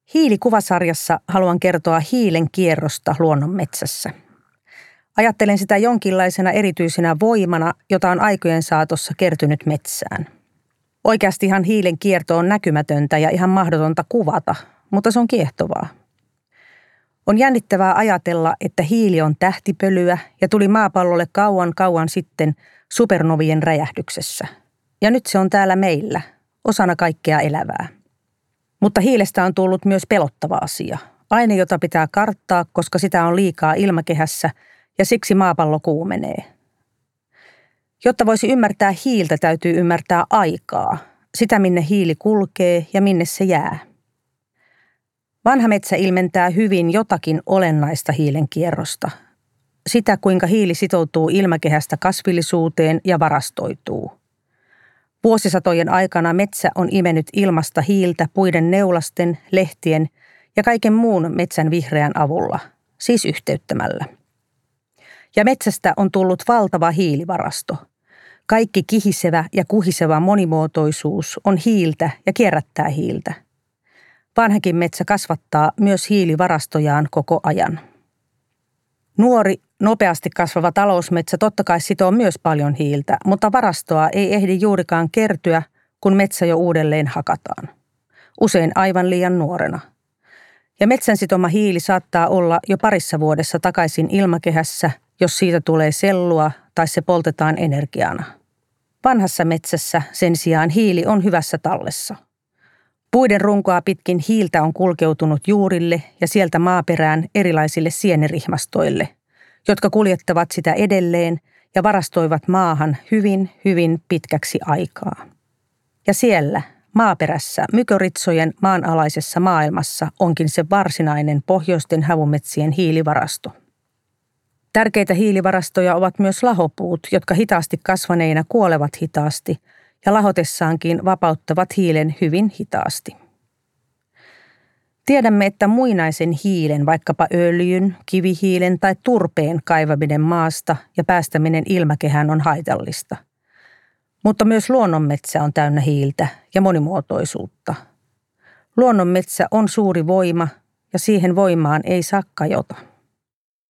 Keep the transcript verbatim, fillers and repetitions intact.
Hiilikuvasarjassa haluan kertoa hiilen kierrosta luonnonmetsässä. Ajattelen sitä jonkinlaisena erityisenä voimana, jota on aikojen saatossa kertynyt metsään. Oikeastihan hiilen kierto on näkymätöntä ja ihan mahdotonta kuvata, mutta se on kiehtovaa. On jännittävää ajatella, että hiili on tähtipölyä ja tuli maapallolle kauan kauan sitten supernovien räjähdyksessä. Ja nyt se on täällä meillä, osana kaikkea elävää. Mutta hiilestä on tullut myös pelottava asia. Aine, jota pitää karttaa, koska sitä on liikaa ilmakehässä ja siksi maapallo kuumenee. Jotta voisi ymmärtää hiiltä, täytyy ymmärtää aikaa, sitä minne hiili kulkee ja minne se jää. Vanha metsä ilmentää hyvin jotakin olennaista hiilen kierrosta. Sitä, kuinka hiili sitoutuu ilmakehästä kasvillisuuteen ja varastoituu. Vuosisatojen aikana metsä on imennyt ilmasta hiiltä puiden neulasten, lehtien ja kaiken muun metsän vihreän avulla, siis yhteyttämällä. Ja metsästä on tullut valtava hiilivarasto. Kaikki kihisevä ja kuhiseva monimuotoisuus on hiiltä ja kierrättää hiiltä. Vanhakin metsä kasvattaa myös hiilivarastojaan koko ajan. Nuori, nopeasti kasvava talousmetsä totta kai sitoo myös paljon hiiltä, mutta varastoa ei ehdi juurikaan kertyä, kun metsä jo uudelleen hakataan. Usein aivan liian nuorena. Ja metsän sitoma hiili saattaa olla jo parissa vuodessa takaisin ilmakehässä, jos siitä tulee sellua tai se poltetaan energiana. Vanhassa metsässä sen sijaan hiili on hyvässä tallessa. Puiden runkoa pitkin hiiltä on kulkeutunut juurille ja sieltä maaperään erilaisille sienirihmastoille, jotka kuljettavat sitä edelleen ja varastoivat maahan hyvin, hyvin pitkäksi aikaa. Ja siellä, maaperässä, myköritsojen maanalaisessa maailmassa onkin se varsinainen pohjoisten havumetsien hiilivarasto. Tärkeitä hiilivarastoja ovat myös lahopuut, jotka hitaasti kasvaneina kuolevat hitaasti ja lahotessaankin vapauttavat hiilen hyvin hitaasti. Tiedämme, että muinaisen hiilen, vaikkapa öljyn, kivihiilen tai turpeen kaivaminen maasta ja päästäminen ilmakehään on haitallista. Mutta myös luonnonmetsä on täynnä hiiltä ja monimuotoisuutta. Luonnonmetsä on suuri voima ja siihen voimaan ei saa kajota.